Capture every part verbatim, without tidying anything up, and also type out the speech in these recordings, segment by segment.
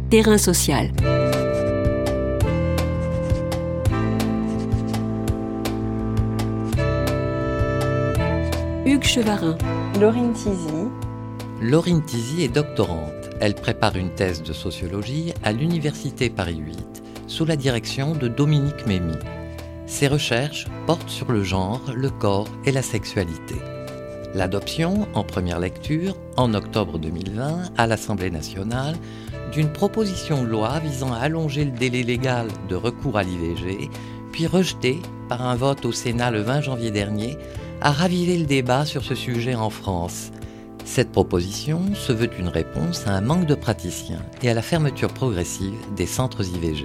Terrain social. Hugues Chevarin. Laurine Tizy. Laurine Tizy est doctorante. Elle prépare une thèse de sociologie à l'Université Paris huit sous la direction de Dominique Mémy. Ses recherches portent sur le genre, le corps et la sexualité. L'adoption, en première lecture, en octobre deux mille vingt, à l'Assemblée nationale, d'une proposition de loi visant à allonger le délai légal de recours à l'I V G, puis rejetée par un vote au Sénat le vingt janvier dernier, a ravivé le débat sur ce sujet en France. Cette proposition se veut une réponse à un manque de praticiens et à la fermeture progressive des centres I V G.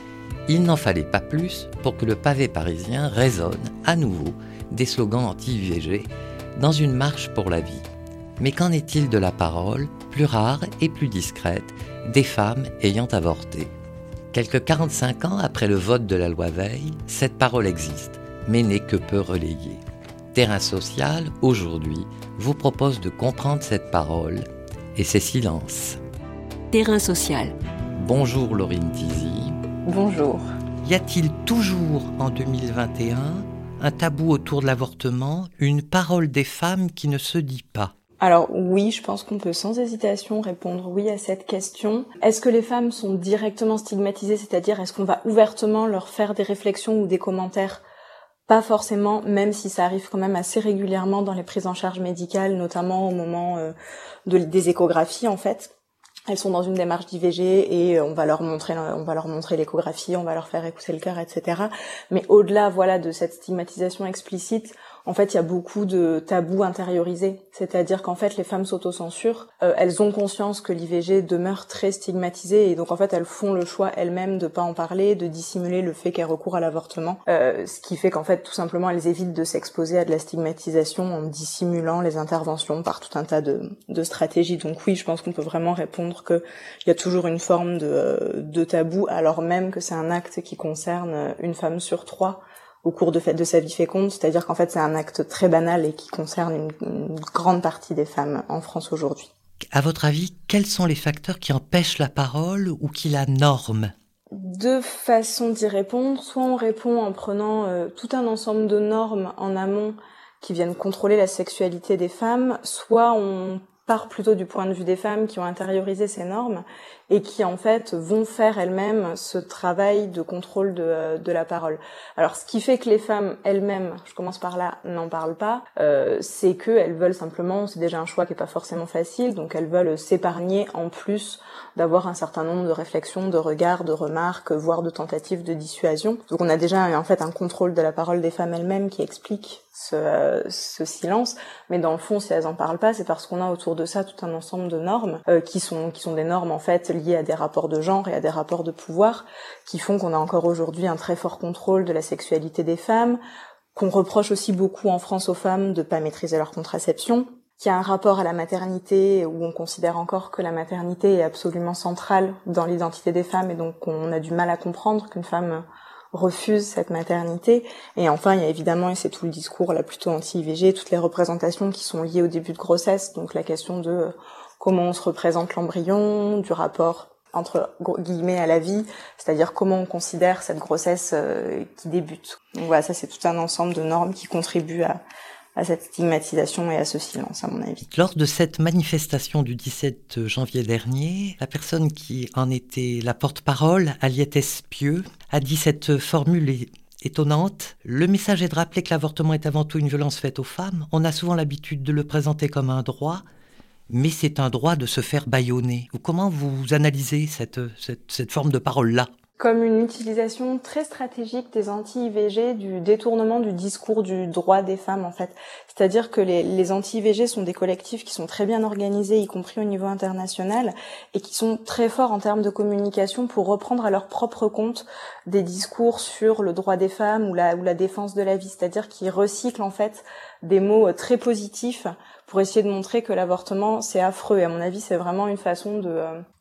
Il n'en fallait pas plus pour que le pavé parisien résonne à nouveau des slogans anti-I V G dans une marche pour la vie. Mais qu'en est-il de la parole, plus rare et plus discrète, des femmes ayant avorté ? Quelques quarante-cinq ans après le vote de la loi Veil, cette parole existe, mais n'est que peu relayée. Terrain social, aujourd'hui, vous propose de comprendre cette parole et ses silences. Terrain social. Bonjour Laurine Tizy. Bonjour. Y a-t-il toujours, en deux mille vingt et un, un tabou autour de l'avortement, une parole des femmes qui ne se dit pas ? Alors oui, je pense qu'on peut sans hésitation répondre oui à cette question. Est-ce que les femmes sont directement stigmatisées, c'est-à-dire est-ce qu'on va ouvertement leur faire des réflexions ou des commentaires ? Pas forcément, même si ça arrive quand même assez régulièrement dans les prises en charge médicales, notamment au moment euh, de, des échographies en fait. Elles sont dans une démarche d'I V G et on va leur montrer, on va leur montrer l'échographie, on va leur faire écouter le cœur, et cetera. Mais au-delà, voilà, de cette stigmatisation explicite, en fait, il y a beaucoup de tabous intériorisés. C'est-à-dire qu'en fait, les femmes s'autocensurent. Euh, elles ont conscience que l'I V G demeure très stigmatisée et donc en fait, elles font le choix elles-mêmes de pas en parler, de dissimuler le fait qu'elles recourent à l'avortement. Euh, ce qui fait qu'en fait, tout simplement, elles évitent de s'exposer à de la stigmatisation en dissimulant les interventions par tout un tas de, de stratégies. Donc oui, je pense qu'on peut vraiment répondre qu'il y a toujours une forme de, de tabou, alors même que c'est un acte qui concerne une femme sur trois au cours de, de sa vie féconde, c'est-à-dire qu'en fait c'est un acte très banal et qui concerne une, une grande partie des femmes en France aujourd'hui. À votre avis, quels sont les facteurs qui empêchent la parole ou qui la norment ? Deux façons d'y répondre. Soit on répond en prenant euh, tout un ensemble de normes en amont qui viennent contrôler la sexualité des femmes, soit on part plutôt du point de vue des femmes qui ont intériorisé ces normes et qui en fait vont faire elles-mêmes ce travail de contrôle de, de la parole. Alors ce qui fait que les femmes elles-mêmes, je commence par là, n'en parlent pas, euh, c'est qu'elles veulent simplement, c'est déjà un choix qui est pas forcément facile, donc elles veulent s'épargner en plus d'avoir un certain nombre de réflexions, de regards, de remarques, voire de tentatives de dissuasion. Donc on a déjà en fait un contrôle de la parole des femmes elles-mêmes qui explique ce, euh, ce silence, mais dans le fond si elles en parlent pas, c'est parce qu'on a autour de ça tout un ensemble de normes euh, qui sont qui sont des normes en fait liées à des rapports de genre et à des rapports de pouvoir qui font qu'on a encore aujourd'hui un très fort contrôle de la sexualité des femmes, qu'on reproche aussi beaucoup en France aux femmes de pas maîtriser leur contraception, qu'il y a un rapport à la maternité où on considère encore que la maternité est absolument centrale dans l'identité des femmes et donc on a du mal à comprendre qu'une femme refuse cette maternité. Et enfin, il y a évidemment, et c'est tout le discours là plutôt anti-I V G, toutes les représentations qui sont liées au début de grossesse, donc la question de comment on se représente l'embryon, du rapport entre guillemets à la vie, c'est-à-dire comment on considère cette grossesse euh, qui débute. Donc voilà, ça c'est tout un ensemble de normes qui contribuent à à cette stigmatisation et à ce silence, à mon avis. Lors de cette manifestation du dix-sept janvier dernier, la personne qui en était la porte-parole, Aliette Espieux, a dit cette formule étonnante. Le message est de rappeler que l'avortement est avant tout une violence faite aux femmes. On a souvent l'habitude de le présenter comme un droit, mais c'est un droit de se faire bâillonner. Comment vous analysez cette, cette, cette forme de parole-là ? Comme une utilisation très stratégique des anti-I V G, du détournement du discours du droit des femmes en fait. C'est-à-dire que les, les anti-I V G sont des collectifs qui sont très bien organisés, y compris au niveau international, et qui sont très forts en termes de communication pour reprendre à leur propre compte des discours sur le droit des femmes ou la, ou la défense de la vie. C'est-à-dire qu'ils recyclent en fait des mots très positifs pour essayer de montrer que l'avortement c'est affreux. Et à mon avis, c'est vraiment une façon de... Euh,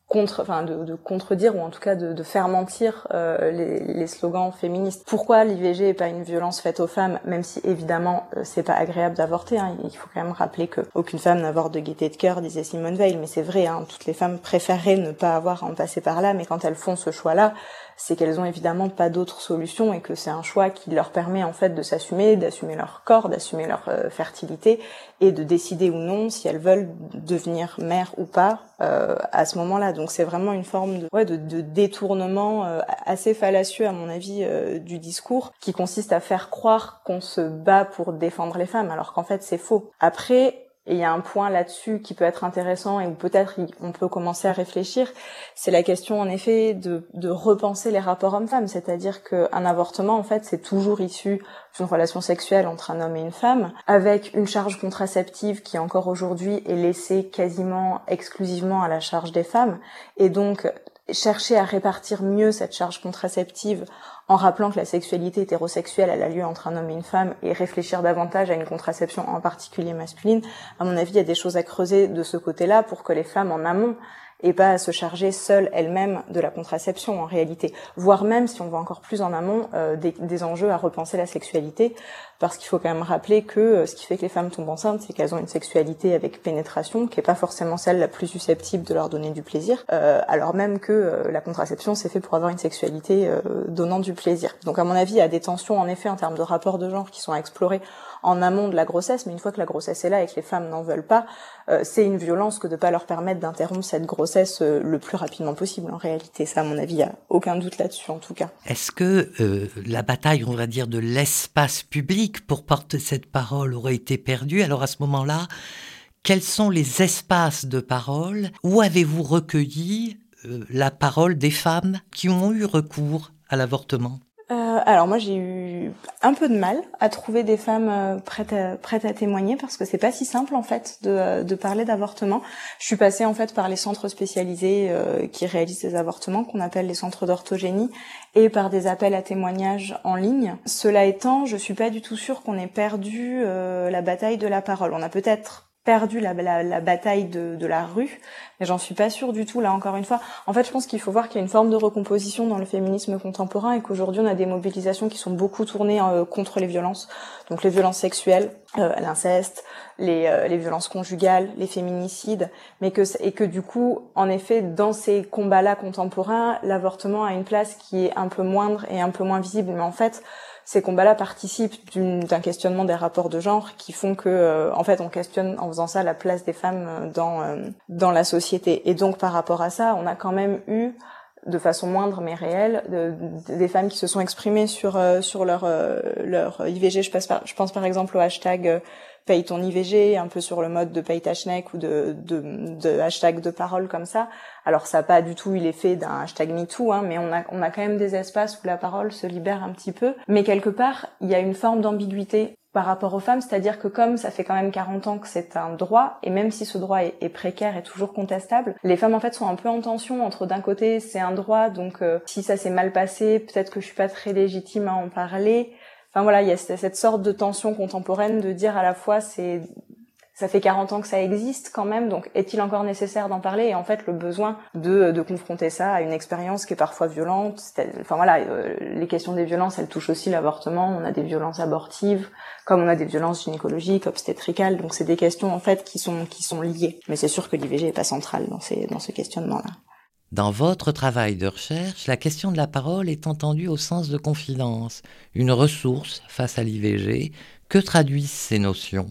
contre, enfin de, de contredire ou en tout cas de, de faire mentir euh, les, les slogans féministes. Pourquoi l'I V G est pas une violence faite aux femmes, même si évidemment euh, c'est pas agréable d'avorter, hein. Il faut quand même rappeler que aucune femme n'avorte de gaieté de cœur, disait Simone Veil, mais c'est vrai, hein, toutes les femmes préféreraient ne pas avoir à en passer par là, mais quand elles font ce choix-là, c'est qu'elles ont évidemment pas d'autre solution et que c'est un choix qui leur permet en fait de s'assumer, d'assumer leur corps, d'assumer leur euh, fertilité et de décider ou non si elles veulent devenir mère ou pas euh, à ce moment-là. Donc c'est vraiment une forme de, ouais, de, de détournement euh, assez fallacieux à mon avis euh, du discours qui consiste à faire croire qu'on se bat pour défendre les femmes alors qu'en fait c'est faux. Après, et il y a un point là-dessus qui peut être intéressant et où peut-être on peut commencer à réfléchir, c'est la question en effet de, de repenser les rapports hommes-femmes, c'est-à-dire qu'un avortement en fait c'est toujours issu d'une relation sexuelle entre un homme et une femme, avec une charge contraceptive qui encore aujourd'hui est laissée quasiment exclusivement à la charge des femmes, et donc chercher à répartir mieux cette charge contraceptive en rappelant que la sexualité hétérosexuelle, elle a lieu entre un homme et une femme, et réfléchir davantage à une contraception en particulier masculine, à mon avis, il y a des choses à creuser de ce côté-là pour que les femmes en amont aient pas à se charger seules elles-mêmes de la contraception en réalité, voire même, si on va encore plus en amont, euh, des, des enjeux à repenser la sexualité, parce qu'il faut quand même rappeler que euh, ce qui fait que les femmes tombent enceintes, c'est qu'elles ont une sexualité avec pénétration, qui est pas forcément celle la plus susceptible de leur donner du plaisir, euh, alors même que euh, la contraception c'est fait pour avoir une sexualité euh, donnant du plaisir. Donc à mon avis, il y a des tensions en effet en termes de rapports de genre qui sont à explorer en amont de la grossesse, mais une fois que la grossesse est là et que les femmes n'en veulent pas, euh, c'est une violence que de pas leur permettre d'interrompre cette grossesse euh, le plus rapidement possible en réalité. Ça, à mon avis, il y a aucun doute là-dessus en tout cas. Est-ce que euh, la bataille, on va dire, de l'espace public pour porter cette parole aurait été perdue? Alors à ce moment-là, quels sont les espaces de parole? Où avez-vous recueilli euh, la parole des femmes qui ont eu recours à l'avortement? Euh, alors moi j'ai eu un peu de mal à trouver des femmes euh, prêtes à, prêtes à témoigner parce que c'est pas si simple en fait de, de parler d'avortement. Je suis passée en fait par les centres spécialisés euh, qui réalisent des avortements qu'on appelle les centres d'orthogénie et par des appels à témoignages en ligne. Cela étant, je suis pas du tout sûre qu'on ait perdu euh, la bataille de la parole. On a peut-être perdu la, la, la bataille de, de la rue, mais j'en suis pas sûre du tout, là, encore une fois. En fait, je pense qu'il faut voir qu'il y a une forme de recomposition dans le féminisme contemporain et qu'aujourd'hui, on a des mobilisations qui sont beaucoup tournées euh, contre les violences. Donc, les violences sexuelles, euh, l'inceste, les, euh, les violences conjugales, les féminicides, mais que, et que du coup, en effet, dans ces combats-là contemporains, l'avortement a une place qui est un peu moindre et un peu moins visible, mais en fait, ces combats-là participent d'une, d'un questionnement des rapports de genre qui font que, euh, en fait, on questionne en faisant ça la place des femmes dans euh, dans la société. Et donc, par rapport à ça, on a quand même eu, de façon moindre mais réelle, de, de, des femmes qui se sont exprimées sur euh, sur leur euh, leur I V G. Je pense par, je pense par exemple au hashtag euh, paye ton I V G, un peu sur le mode de paye ta schneck ou de de, de hashtag de parole comme ça. Alors ça n'a pas du tout eu l'effet d'un hashtag MeToo, hein, mais on a on a quand même des espaces où la parole se libère un petit peu. Mais quelque part, il y a une forme d'ambiguïté par rapport aux femmes, c'est-à-dire que comme ça fait quand même quarante ans que c'est un droit, et même si ce droit est, est précaire et toujours contestable, les femmes en fait sont un peu en tension entre d'un côté c'est un droit, donc euh, si ça s'est mal passé, peut-être que je suis pas très légitime à en parler. Enfin voilà, il y a cette sorte de tension contemporaine de dire à la fois c'est ça fait quarante ans que ça existe quand même, donc est-il encore nécessaire d'en parler? Et en fait, le besoin de, de confronter ça à une expérience qui est parfois violente. Enfin voilà, euh, les questions des violences, elles touchent aussi l'avortement. On a des violences abortives, comme on a des violences gynécologiques, obstétricales. Donc c'est des questions en fait qui sont qui sont liées. Mais c'est sûr que l'I V G est pas centrale dans ces dans ce questionnement-là. Dans votre travail de recherche, la question de la parole est entendue au sens de confidence, une ressource face à l'I V G. Que traduisent ces notions?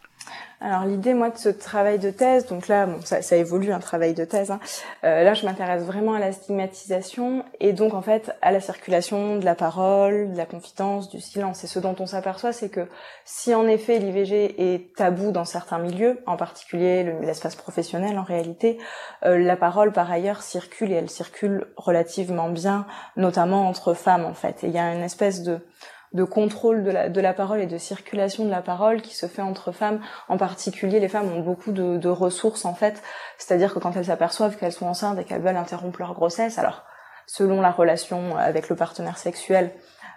Alors l'idée, moi, de ce travail de thèse, donc là, bon, ça, ça évolue un travail de thèse. Hein. Euh, là, je m'intéresse vraiment à la stigmatisation et donc en fait à la circulation de la parole, de la confidence, du silence. Et ce dont on s'aperçoit, c'est que si en effet l'I V G est tabou dans certains milieux, en particulier le, l'espace professionnel, en réalité, euh, la parole par ailleurs circule et elle circule relativement bien, notamment entre femmes en fait. Et il y a une espèce de de contrôle de la, de la parole et de circulation de la parole qui se fait entre femmes. En particulier, les femmes ont beaucoup de, de ressources, en fait. C'est-à-dire que quand elles s'aperçoivent qu'elles sont enceintes et qu'elles veulent interrompre leur grossesse, alors, selon la relation avec le partenaire sexuel,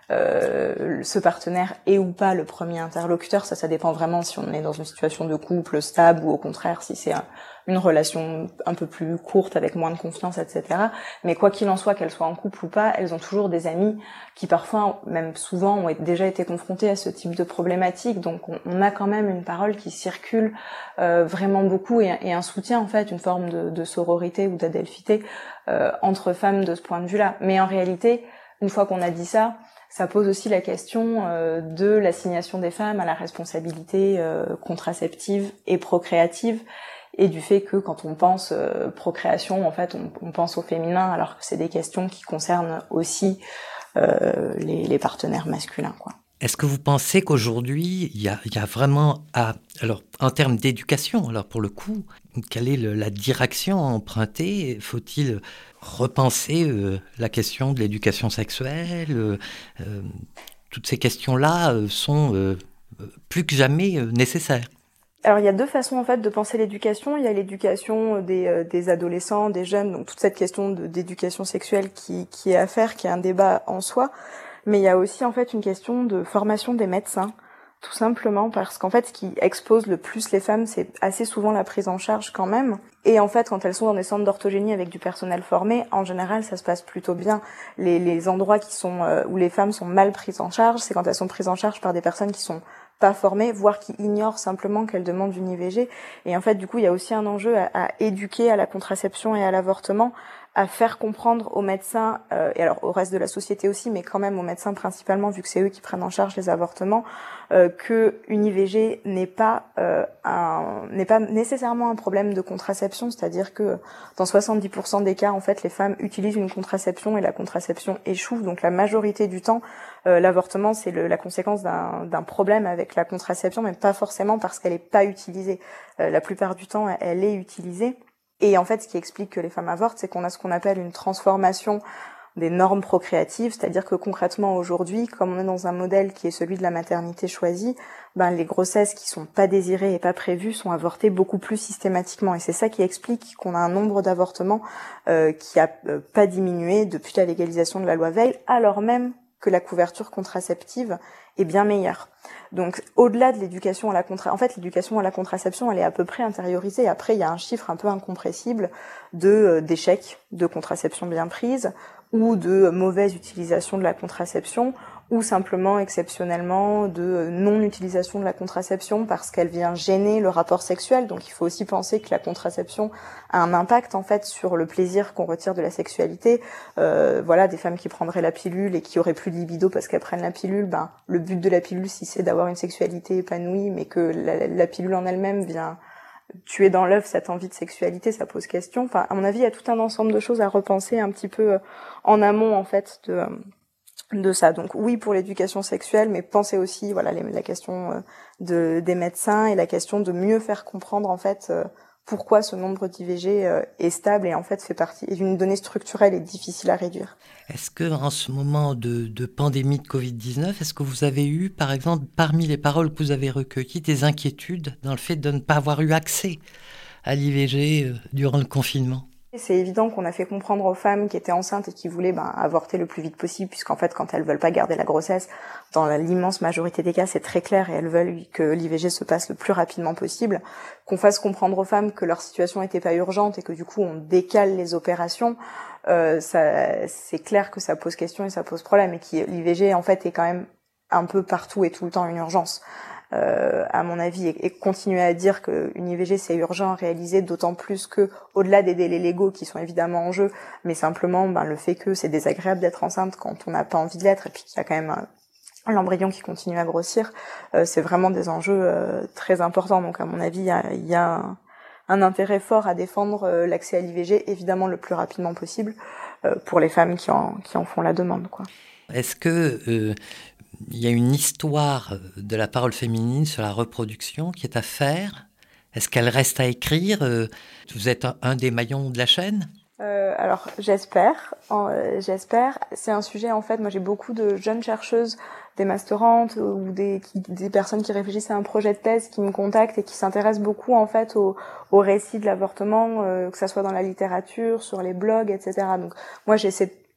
euh, ce partenaire est ou pas le premier interlocuteur. Ça, ça dépend vraiment si on est dans une situation de couple stable ou au contraire si c'est un, une relation un peu plus courte avec moins de confiance, et cetera. Mais quoi qu'il en soit, qu'elles soient en couple ou pas, elles ont toujours des amis qui parfois, même souvent, ont déjà été confrontés à ce type de problématique. Donc on, on a quand même une parole qui circule euh, vraiment beaucoup et, et un soutien en fait, une forme de, de sororité ou d'adelphité euh, entre femmes de ce point de vue-là. Mais en réalité, une fois qu'on a dit ça, ça pose aussi la question euh, de l'assignation des femmes à la responsabilité euh, contraceptive et procréative, et du fait que quand on pense euh, procréation, en fait, on, on pense au féminin, alors que c'est des questions qui concernent aussi euh, les, les partenaires masculins, quoi. Est-ce que vous pensez qu'aujourd'hui, il y a, il y a vraiment, à, alors en termes d'éducation, alors pour le coup, quelle est le, la direction à emprunter ? Faut-il repenser euh, la question de l'éducation sexuelle ? euh, euh, Toutes ces questions-là euh, sont euh, plus que jamais euh, nécessaires. Alors il y a deux façons en fait de penser l'éducation. Il y a l'éducation des, euh, des adolescents, des jeunes, donc toute cette question de, d'éducation sexuelle qui, qui est à faire, qui est un débat en soi. Mais il y a aussi en fait une question de formation des médecins, tout simplement parce qu'en fait ce qui expose le plus les femmes, c'est assez souvent la prise en charge quand même. Et en fait quand elles sont dans des centres d'orthogénie avec du personnel formé, en général ça se passe plutôt bien. Les, les endroits qui sont euh, où les femmes sont mal prises en charge, c'est quand elles sont prises en charge par des personnes qui sont pas formées, voire qui ignorent simplement qu'elles demandent une I V G. Et en fait du coup il y a aussi un enjeu à, à éduquer à la contraception et à l'avortement, à faire comprendre aux médecins, euh, et alors au reste de la société aussi, mais quand même aux médecins principalement, vu que c'est eux qui prennent en charge les avortements, euh, que une I V G n'est pas euh, un, n'est pas nécessairement un problème de contraception, c'est-à-dire que dans soixante-dix pour cent des cas, en fait, les femmes utilisent une contraception et la contraception échoue. Donc la majorité du temps, euh, l'avortement c'est le, la conséquence d'un, d'un problème avec la contraception, mais pas forcément parce qu'elle est pas utilisée. Euh, la plupart du temps, elle est utilisée. Et en fait, ce qui explique que les femmes avortent, c'est qu'on a ce qu'on appelle une transformation des normes procréatives, c'est-à-dire que concrètement aujourd'hui, comme on est dans un modèle qui est celui de la maternité choisie, ben les grossesses qui sont pas désirées et pas prévues sont avortées beaucoup plus systématiquement. Et c'est ça qui explique qu'on a un nombre d'avortements euh, qui a euh, pas diminué depuis la légalisation de la loi Veil, alors même que la couverture contraceptive est bien meilleure. Donc, au-delà de l'éducation à la contra... en fait, l'éducation à la contraception, elle est à peu près intériorisée. Après, il y a un chiffre un peu incompressible de euh, d'échecs de contraception bien prise ou de mauvaise utilisation de la contraception, ou simplement exceptionnellement de non-utilisation de la contraception parce qu'elle vient gêner le rapport sexuel. Donc il faut aussi penser que la contraception a un impact en fait sur le plaisir qu'on retire de la sexualité. Euh, voilà, des femmes qui prendraient la pilule et qui auraient plus de libido parce qu'elles prennent la pilule, ben le but de la pilule, si c'est d'avoir une sexualité épanouie, mais que la, la pilule en elle-même vient tuer dans l'œuf cette envie de sexualité, ça pose question. Enfin, à mon avis, il y a tout un ensemble de choses à repenser un petit peu en amont en fait de de ça. Donc oui pour l'éducation sexuelle, mais pensez aussi voilà les, la question de des médecins et la question de mieux faire comprendre en fait euh, pourquoi ce nombre d'I V G euh, est stable et en fait fait partie d'une donnée structurelle et difficile à réduire. Est-ce que en ce moment de, de pandémie de covid dix-neuf, est-ce que vous avez eu, par exemple, parmi les paroles que vous avez recueillies, des inquiétudes dans le fait de ne pas avoir eu accès à l'I V G euh, durant le confinement ? C'est évident qu'on a fait comprendre aux femmes qui étaient enceintes et qui voulaient ben, avorter le plus vite possible, puisqu'en fait, quand elles veulent pas garder la grossesse, dans l'immense majorité des cas, c'est très clair et elles veulent que l'I V G se passe le plus rapidement possible, qu'on fasse comprendre aux femmes que leur situation était pas urgente et que du coup, on décale les opérations. Euh, ça, c'est clair que ça pose question et ça pose problème et que l'I V G, en fait, est quand même un peu partout et tout le temps une urgence. Euh, à mon avis, et, et continuer à dire qu'une I V G c'est urgent à réaliser, d'autant plus que au-delà des délais légaux qui sont évidemment en jeu, mais simplement ben, le fait que c'est désagréable d'être enceinte quand on n'a pas envie de l'être et puis qu'il y a quand même un, l'embryon qui continue à grossir, euh, c'est vraiment des enjeux euh, très importants. Donc à mon avis, il y a, il y a un, un intérêt fort à défendre euh, l'accès à l'I V G, évidemment le plus rapidement possible, euh, pour les femmes qui en, qui en font la demande, quoi. Est-ce que euh, il y a une histoire de la parole féminine sur la reproduction qui est à faire ? Est-ce qu'elle reste à écrire ? Vous êtes un, un des maillons de la chaîne ? euh, Alors, j'espère. Euh, j'espère. C'est un sujet, en fait, moi j'ai beaucoup de jeunes chercheuses, des masterantes ou des, qui, des personnes qui réfléchissent à un projet de thèse qui me contactent et qui s'intéressent beaucoup, en fait, au, au récit de l'avortement, euh, que ça soit dans la littérature, sur les blogs, et cetera. Donc, moi j'ai cette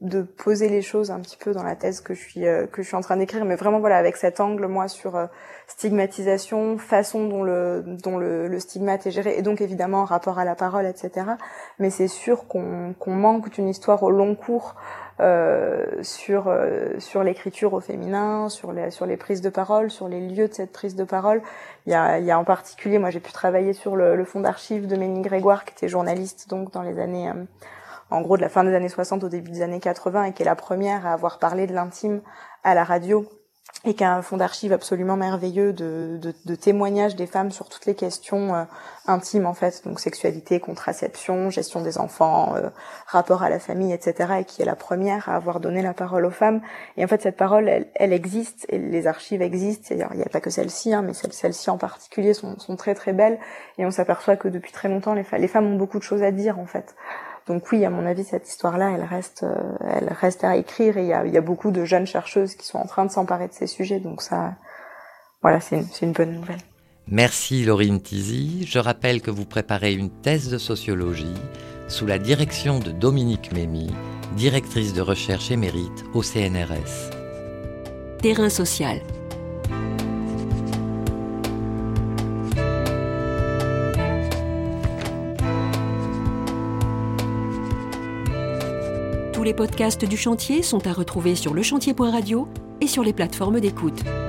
de poser les choses un petit peu dans la thèse que je suis euh, que je suis en train d'écrire, mais vraiment voilà avec cet angle moi sur euh, stigmatisation, façon dont le dont le, le stigmate est géré, et donc évidemment rapport à la parole, et cetera. Mais c'est sûr qu'on qu'on manque d'une histoire au long cours euh, sur euh, sur l'écriture au féminin, sur les sur les prises de parole, sur les lieux de cette prise de parole. Il y a il y a en particulier, moi j'ai pu travailler sur le, le fonds d'archives de Ménie Grégoire, qui était journaliste donc dans les années euh, en gros de la fin des années soixante au début des années quatre-vingts, et qui est la première à avoir parlé de l'intime à la radio, et qui a un fonds d'archives absolument merveilleux de, de, de témoignages des femmes sur toutes les questions euh, intimes en fait, donc sexualité, contraception, gestion des enfants, euh, rapport à la famille, et cetera, et qui est la première à avoir donné la parole aux femmes. Et en fait cette parole, elle, elle existe, et les archives existent, c'est-à-dire il n'y a pas que celle-ci, hein, mais celles, celles-ci en particulier sont, sont très très belles, et on s'aperçoit que depuis très longtemps les, fa- les femmes ont beaucoup de choses à dire en fait. Donc oui, à mon avis, cette histoire-là, elle reste, euh, elle reste à écrire, et il y a, il y a beaucoup de jeunes chercheuses qui sont en train de s'emparer de ces sujets. Donc ça, voilà, c'est une, c'est une bonne nouvelle. Merci Laurine Tizy. Je rappelle que vous préparez une thèse de sociologie sous la direction de Dominique Mémy, directrice de recherche émérite au C N R S. Terrain social. Tous les podcasts du chantier sont à retrouver sur le chantier point radio et sur les plateformes d'écoute.